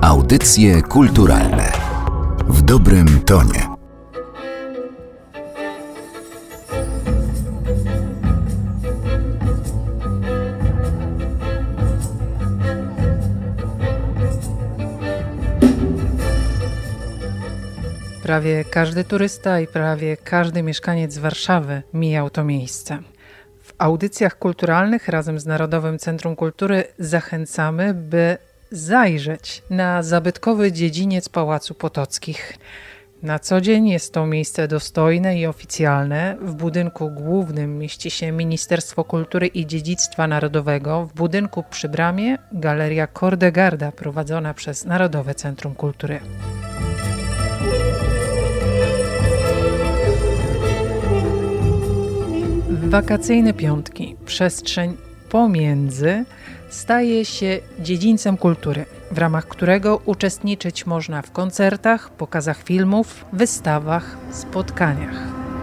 Audycje kulturalne w dobrym tonie. Prawie każdy turysta i prawie każdy mieszkaniec Warszawy mijał to miejsce. W audycjach kulturalnych razem z Narodowym Centrum Kultury zachęcamy, by zajrzeć na zabytkowy dziedziniec Pałacu Potockich. Na co dzień jest to miejsce dostojne i oficjalne. W budynku głównym mieści się Ministerstwo Kultury i Dziedzictwa Narodowego. W budynku przy bramie Galeria Kordegarda prowadzona przez Narodowe Centrum Kultury. Wakacyjne piątki, przestrzeń pomiędzy, staje się dziedzińcem kultury, w ramach którego uczestniczyć można w koncertach, pokazach filmów, wystawach, spotkaniach.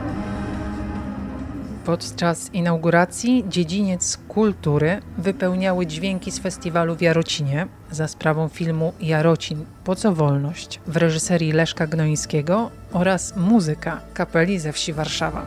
Podczas inauguracji dziedziniec kultury wypełniały dźwięki z festiwalu w Jarocinie za sprawą filmu Jarocin – Po co wolność w reżyserii Leszka Gnońskiego oraz muzyka kapeli ze wsi Warszawa.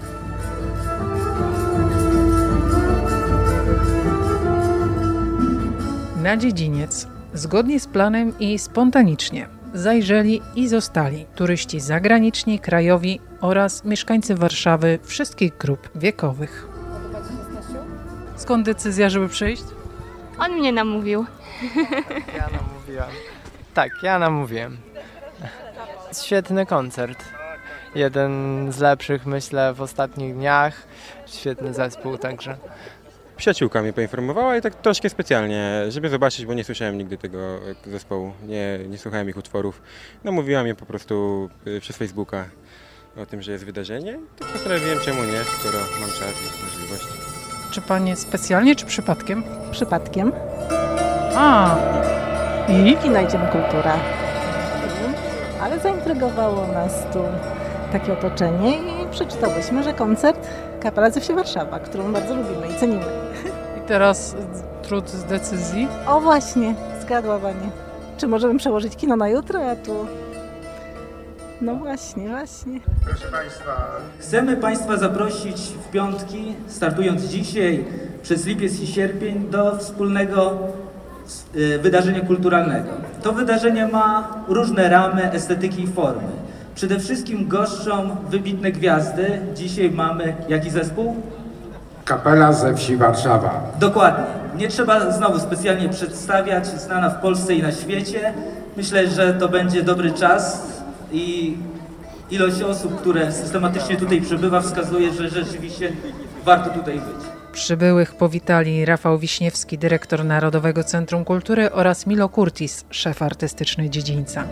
Na dziedziniec, zgodnie z planem i spontanicznie, zajrzeli i zostali turyści zagraniczni, krajowi oraz mieszkańcy Warszawy wszystkich grup wiekowych. Skąd decyzja, żeby przyjść? On mnie namówił. Ja namówiłam. Tak, ja namówiłem. Świetny koncert. Jeden z lepszych, myślę, w ostatnich dniach. Świetny zespół także. Przyjaciółka mnie poinformowała i tak troszkę specjalnie, żeby zobaczyć, bo nie słyszałem nigdy tego zespołu, nie słuchałem ich utworów. No mówiła mi po prostu przez Facebooka o tym, że jest wydarzenie. To postanowiłem, czemu nie, skoro mam czas i możliwość. Czy panie specjalnie, czy przypadkiem? Przypadkiem. A, i? Kino Idziemy Kultura. Ale zaintrygowało nas tu takie otoczenie i przeczytałyśmy, że koncert Kapela ze wsi Warszawa, którą bardzo lubimy i cenimy. I teraz trud z decyzji. O właśnie, zgadła pani. Czy możemy przełożyć kino na jutro, a tu... No właśnie. Proszę Państwa, chcemy Państwa zaprosić w piątki, startując dzisiaj przez lipiec i sierpień, do wspólnego wydarzenia kulturalnego. To wydarzenie ma różne ramy, estetyki i formy. Przede wszystkim goszczą wybitne gwiazdy. Dzisiaj mamy jaki zespół? Kapela ze wsi Warszawa. Dokładnie. Nie trzeba znowu specjalnie przedstawiać, znana w Polsce i na świecie. Myślę, że to będzie dobry czas i ilość osób, które systematycznie tutaj przybywa, wskazuje, że rzeczywiście warto tutaj być. Przybyłych powitali Rafał Wiśniewski, dyrektor Narodowego Centrum Kultury oraz Milo Kurtis, szef artystyczny dziedzińca.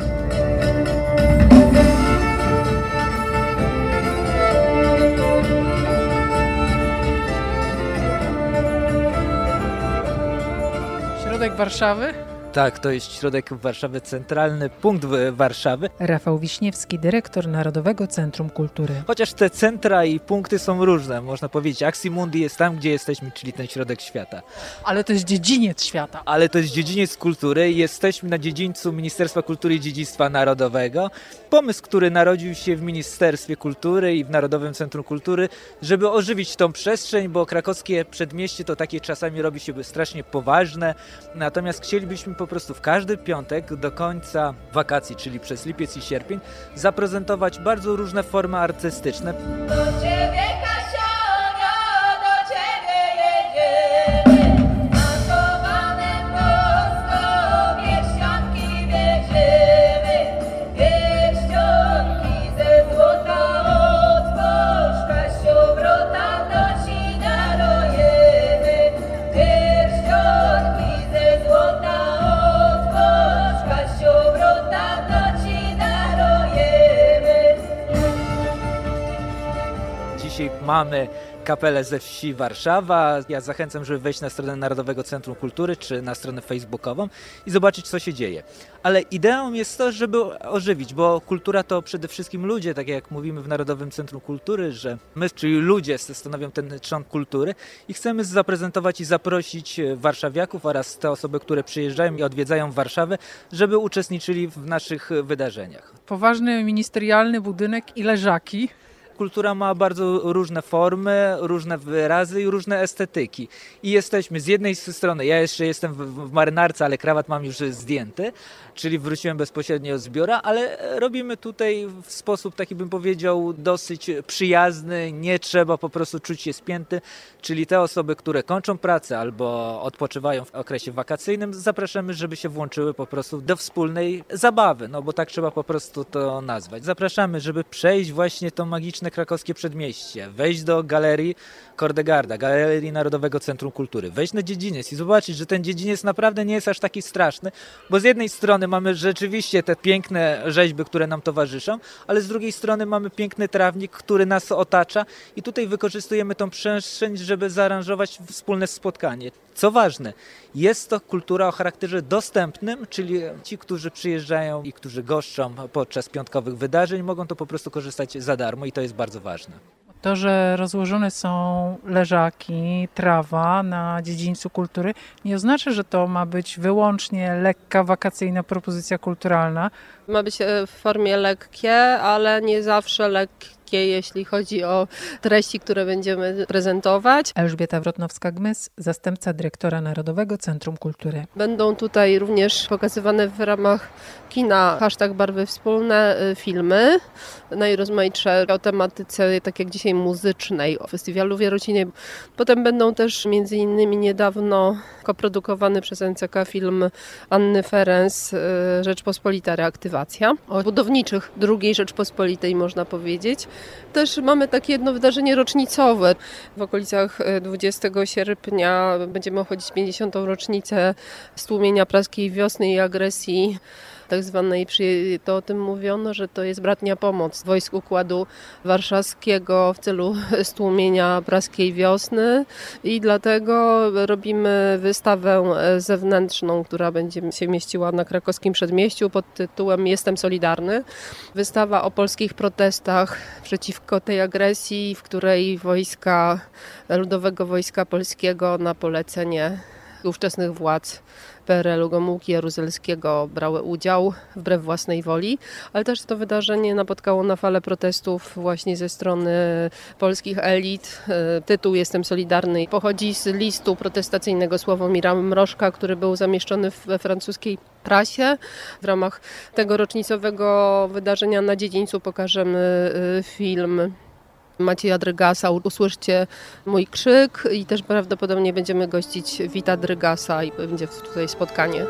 Środek Warszawy? Tak, to jest środek Warszawy, centralny punkt Warszawy. Rafał Wiśniewski, dyrektor Narodowego Centrum Kultury. Chociaż te centra i punkty są różne, można powiedzieć. Aximundi jest tam, gdzie jesteśmy, czyli ten środek świata. Ale to jest dziedziniec świata. Ale to jest dziedziniec kultury. Jesteśmy na dziedzińcu Ministerstwa Kultury i Dziedzictwa Narodowego. Pomysł, który narodził się w Ministerstwie Kultury i w Narodowym Centrum Kultury, żeby ożywić tą przestrzeń, bo krakowskie przedmieście to takie czasami robi się strasznie poważne. Natomiast chcielibyśmy po prostu w każdy piątek do końca wakacji, czyli przez lipiec i sierpień, zaprezentować bardzo różne formy artystyczne. Do ciebie, Kasionio, do ciebie jedziemy, makowanem prosto pierścionki wierzymy, pierścionki ze złota otworz, Kasiu, wrota do ci darujemy, pierścionki ze złota. Dzisiaj mamy kapelę ze wsi Warszawa. Ja zachęcam, żeby wejść na stronę Narodowego Centrum Kultury czy na stronę facebookową i zobaczyć, co się dzieje. Ale ideą jest to, żeby ożywić, bo kultura to przede wszystkim ludzie, tak jak mówimy w Narodowym Centrum Kultury, że my, czyli ludzie, stanowią ten trzon kultury i chcemy zaprezentować i zaprosić warszawiaków oraz te osoby, które przyjeżdżają i odwiedzają Warszawę, żeby uczestniczyli w naszych wydarzeniach. Poważny ministerialny budynek i leżaki. Kultura ma bardzo różne formy, różne wyrazy i różne estetyki. I jesteśmy z jednej strony, ja jeszcze jestem w marynarce, ale krawat mam już zdjęty, czyli wróciłem bezpośrednio z biura, ale robimy tutaj w sposób taki, bym powiedział, dosyć przyjazny, nie trzeba po prostu czuć się spięty, czyli te osoby, które kończą pracę albo odpoczywają w okresie wakacyjnym, zapraszamy, żeby się włączyły po prostu do wspólnej zabawy, no bo tak trzeba po prostu to nazwać. Zapraszamy, żeby przejść właśnie to magiczne krakowskie przedmieście, wejść do galerii Kordegarda, Galerii Narodowego Centrum Kultury, wejść na dziedziniec i zobaczyć, że ten dziedziniec naprawdę nie jest aż taki straszny, bo z jednej strony mamy rzeczywiście te piękne rzeźby, które nam towarzyszą, ale z drugiej strony mamy piękny trawnik, który nas otacza i tutaj wykorzystujemy tą przestrzeń, żeby zaaranżować wspólne spotkanie. Co ważne, jest to kultura o charakterze dostępnym, czyli ci, którzy przyjeżdżają i którzy goszczą podczas piątkowych wydarzeń, mogą to po prostu korzystać za darmo i to jest bardzo ważne. To, że rozłożone są leżaki, trawa na dziedzińcu kultury, nie oznacza, że to ma być wyłącznie lekka, wakacyjna propozycja kulturalna. Ma być w formie lekkie, ale nie zawsze lekkie, jeśli chodzi o treści, które będziemy prezentować. Elżbieta Wrotnowska-Gmys, zastępca dyrektora Narodowego Centrum Kultury. Będą tutaj również pokazywane w ramach kina #Barwy Wspólne filmy najrozmaitsze o tematyce, tak jak dzisiaj, muzycznej, o festiwalu w Jarocinie. Potem będą też między innymi niedawno koprodukowany przez NCK film Anny Ferenc Rzeczpospolita Reaktywacja, o budowniczych II Rzeczpospolitej, można powiedzieć. Też mamy takie jedno wydarzenie rocznicowe. W okolicach 20 sierpnia będziemy obchodzić 50. rocznicę stłumienia praskiej wiosny i agresji tak zwanej, to o tym mówiono, że to jest bratnia pomoc wojsk Układu Warszawskiego w celu stłumienia praskiej wiosny i dlatego robimy wystawę zewnętrzną, która będzie się mieściła na krakowskim przedmieściu pod tytułem Jestem Solidarny. Wystawa o polskich protestach przeciwko tej agresji, w której wojska Ludowego Wojska Polskiego na polecenie ówczesnych władz PRL-u Gomułki Jaruzelskiego brały udział wbrew własnej woli, ale też to wydarzenie napotkało na falę protestów właśnie ze strony polskich elit. Tytuł Jestem Solidarny pochodzi z listu protestacyjnego Sławomira Mrożka, który był zamieszczony we francuskiej prasie. W ramach tego rocznicowego wydarzenia na dziedzińcu pokażemy film Macieja Drygasa, Usłyszcie mój krzyk, i też prawdopodobnie będziemy gościć Wita Drygasa i będzie tutaj spotkanie.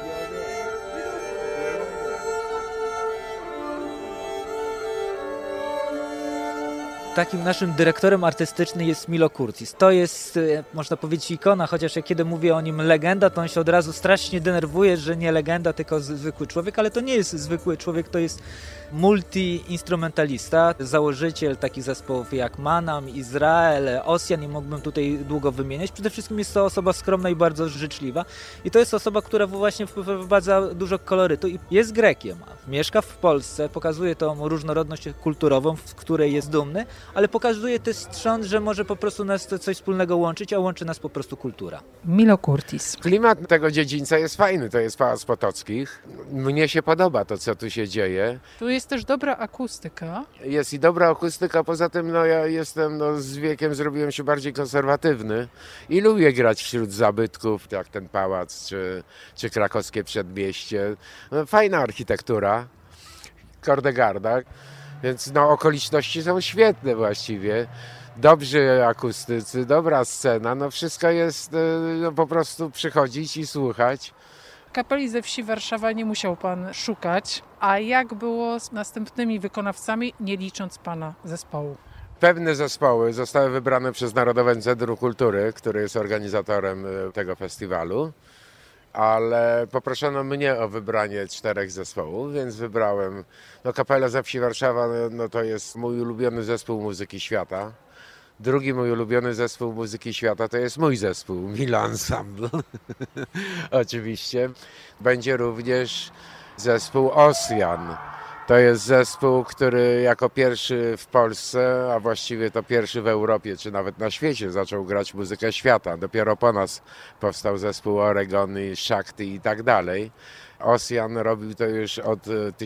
Takim naszym dyrektorem artystycznym jest Milo Curtis. To jest, można powiedzieć, ikona, chociaż jak kiedy mówię o nim legenda, to on się od razu strasznie denerwuje, że nie legenda, tylko zwykły człowiek, ale to nie jest zwykły człowiek, to jest multi-instrumentalista, założyciel takich zespołów jak Manam, Izrael, Ossian i mógłbym tutaj długo wymieniać. Przede wszystkim jest to osoba skromna i bardzo życzliwa i to jest osoba, która właśnie wprowadza dużo kolorytu i jest Grekiem. Mieszka w Polsce, pokazuje tą różnorodność kulturową, z której jest dumny, ale pokazuje też trzon, że może po prostu nas to coś wspólnego łączyć, a łączy nas po prostu kultura. Milo Curtis. Klimat tego dziedzińca jest fajny, to jest Pałac Potockich. Mnie się podoba to, co tu się dzieje. Tu jest też dobra akustyka. Jest i dobra akustyka, poza tym ja jestem, z wiekiem zrobiłem się bardziej konserwatywny i lubię grać wśród zabytków, jak ten pałac czy krakowskie przedmieście. Fajna architektura Kordegarda, więc okoliczności są świetne właściwie. Dobrzy akustycy, dobra scena, wszystko jest po prostu przychodzić i słuchać. Kapeli ze wsi Warszawa nie musiał pan szukać, a jak było z następnymi wykonawcami, nie licząc pana zespołu? Pewne zespoły zostały wybrane przez Narodowe Centrum Kultury, który jest organizatorem tego festiwalu, ale poproszono mnie o wybranie 4 zespołów, więc wybrałem Kapelę ze wsi Warszawa, to jest mój ulubiony zespół muzyki świata. Drugi mój ulubiony zespół muzyki świata to jest mój zespół, Milo Ensemble. Oczywiście. Będzie również zespół Ocean. To jest zespół, który jako pierwszy w Polsce, a właściwie to pierwszy w Europie, czy nawet na świecie zaczął grać muzykę świata. Dopiero po nas powstał zespół Oregon i Shakti i tak dalej. Ocean robił to już od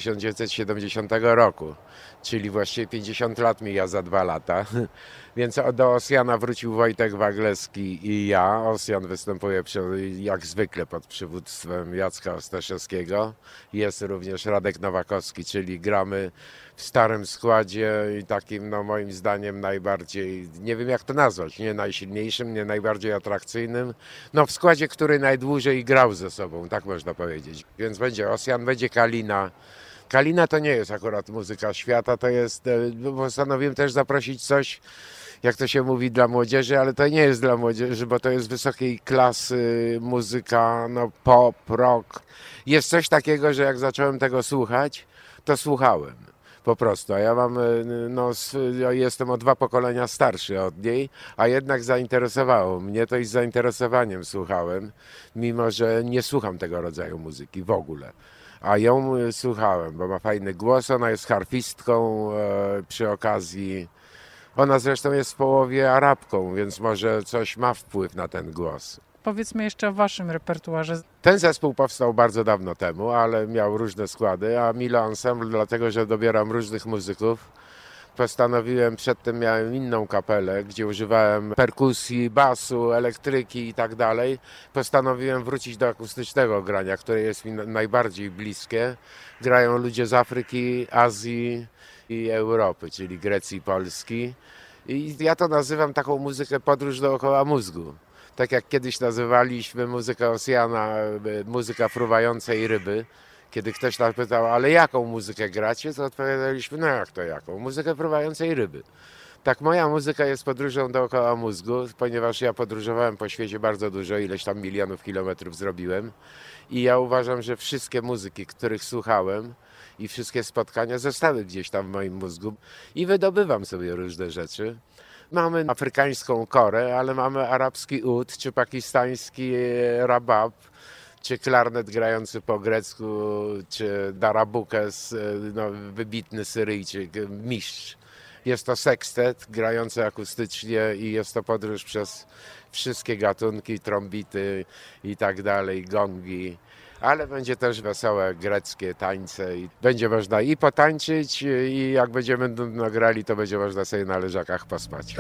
1970 roku, czyli właściwie 50 lat mija za 2 lata. Więc do Oceana wrócił Wojtek Wagleski i ja. Ocean występuje jak zwykle pod przywództwem Jacka Ostaszewskiego. Jest również Radek Nowakowski, czyli gramy w starym składzie i takim, no moim zdaniem najbardziej, nie wiem jak to nazwać, nie najsilniejszym, nie najbardziej atrakcyjnym, no w składzie, który najdłużej grał ze sobą, tak można powiedzieć. Więc będzie Ocean, będzie Kalina. Kalina to nie jest akurat muzyka świata, to jest, postanowiłem też zaprosić coś, jak to się mówi, dla młodzieży, ale to nie jest dla młodzieży, bo to jest wysokiej klasy muzyka, no pop, rock. Jest coś takiego, że jak zacząłem tego słuchać, to słuchałem. Po prostu, a ja mam, no, jestem o 2 pokolenia starszy od niej, a jednak zainteresowało mnie to i z zainteresowaniem słuchałem, mimo że nie słucham tego rodzaju muzyki w ogóle. A ją słuchałem, bo ma fajny głos, ona jest harfistką przy okazji. Ona zresztą jest w połowie Arabką, więc może coś ma wpływ na ten głos. Powiedzmy jeszcze o waszym repertuarze. Ten zespół powstał bardzo dawno temu, ale miał różne składy, a Milo Ensemble, dlatego że dobieram różnych muzyków, postanowiłem, przedtem miałem inną kapelę, gdzie używałem perkusji, basu, elektryki i tak dalej. Postanowiłem wrócić do akustycznego grania, które jest mi najbardziej bliskie. Grają ludzie z Afryki, Azji i Europy, czyli Grecji i Polski. I ja to nazywam taką muzykę podróż dookoła mózgu. Tak jak kiedyś nazywaliśmy muzykę Oceana, muzyka fruwającej ryby. Kiedy ktoś nas pytał, ale jaką muzykę gracie, to odpowiadaliśmy, no jak to jaką? Muzykę fruwającej ryby. Tak, moja muzyka jest podróżą dookoła mózgu, ponieważ ja podróżowałem po świecie bardzo dużo, ileś tam milionów kilometrów zrobiłem. I ja uważam, że wszystkie muzyki, których słuchałem i wszystkie spotkania zostały gdzieś tam w moim mózgu i wydobywam sobie różne rzeczy. Mamy afrykańską korę, ale mamy arabski ud, czy pakistański rabab, czy klarnet grający po grecku, czy darabukes, no, wybitny Syryjczyk, mistrz. Jest to sekstet grający akustycznie i jest to podróż przez wszystkie gatunki, trombity i tak dalej, gongi. Ale będzie też wesołe greckie tańce i będzie można i potańczyć i jak będziemy nudno grali, to będzie można sobie na leżakach pospać.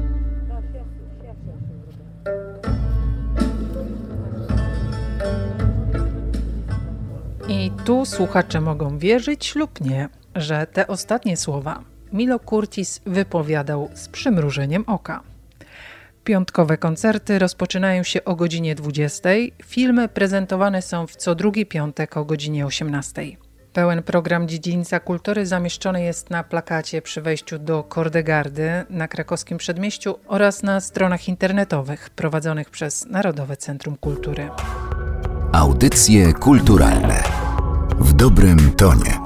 I tu słuchacze mogą wierzyć lub nie, że te ostatnie słowa Milo Curtis wypowiadał z przymrużeniem oka. Piątkowe koncerty rozpoczynają się o godzinie 20. Filmy prezentowane są w co drugi piątek o godzinie 18. Pełen program dziedzińca kultury zamieszczony jest na plakacie przy wejściu do Kordegardy na krakowskim przedmieściu oraz na stronach internetowych prowadzonych przez Narodowe Centrum Kultury. Audycje kulturalne w dobrym tonie.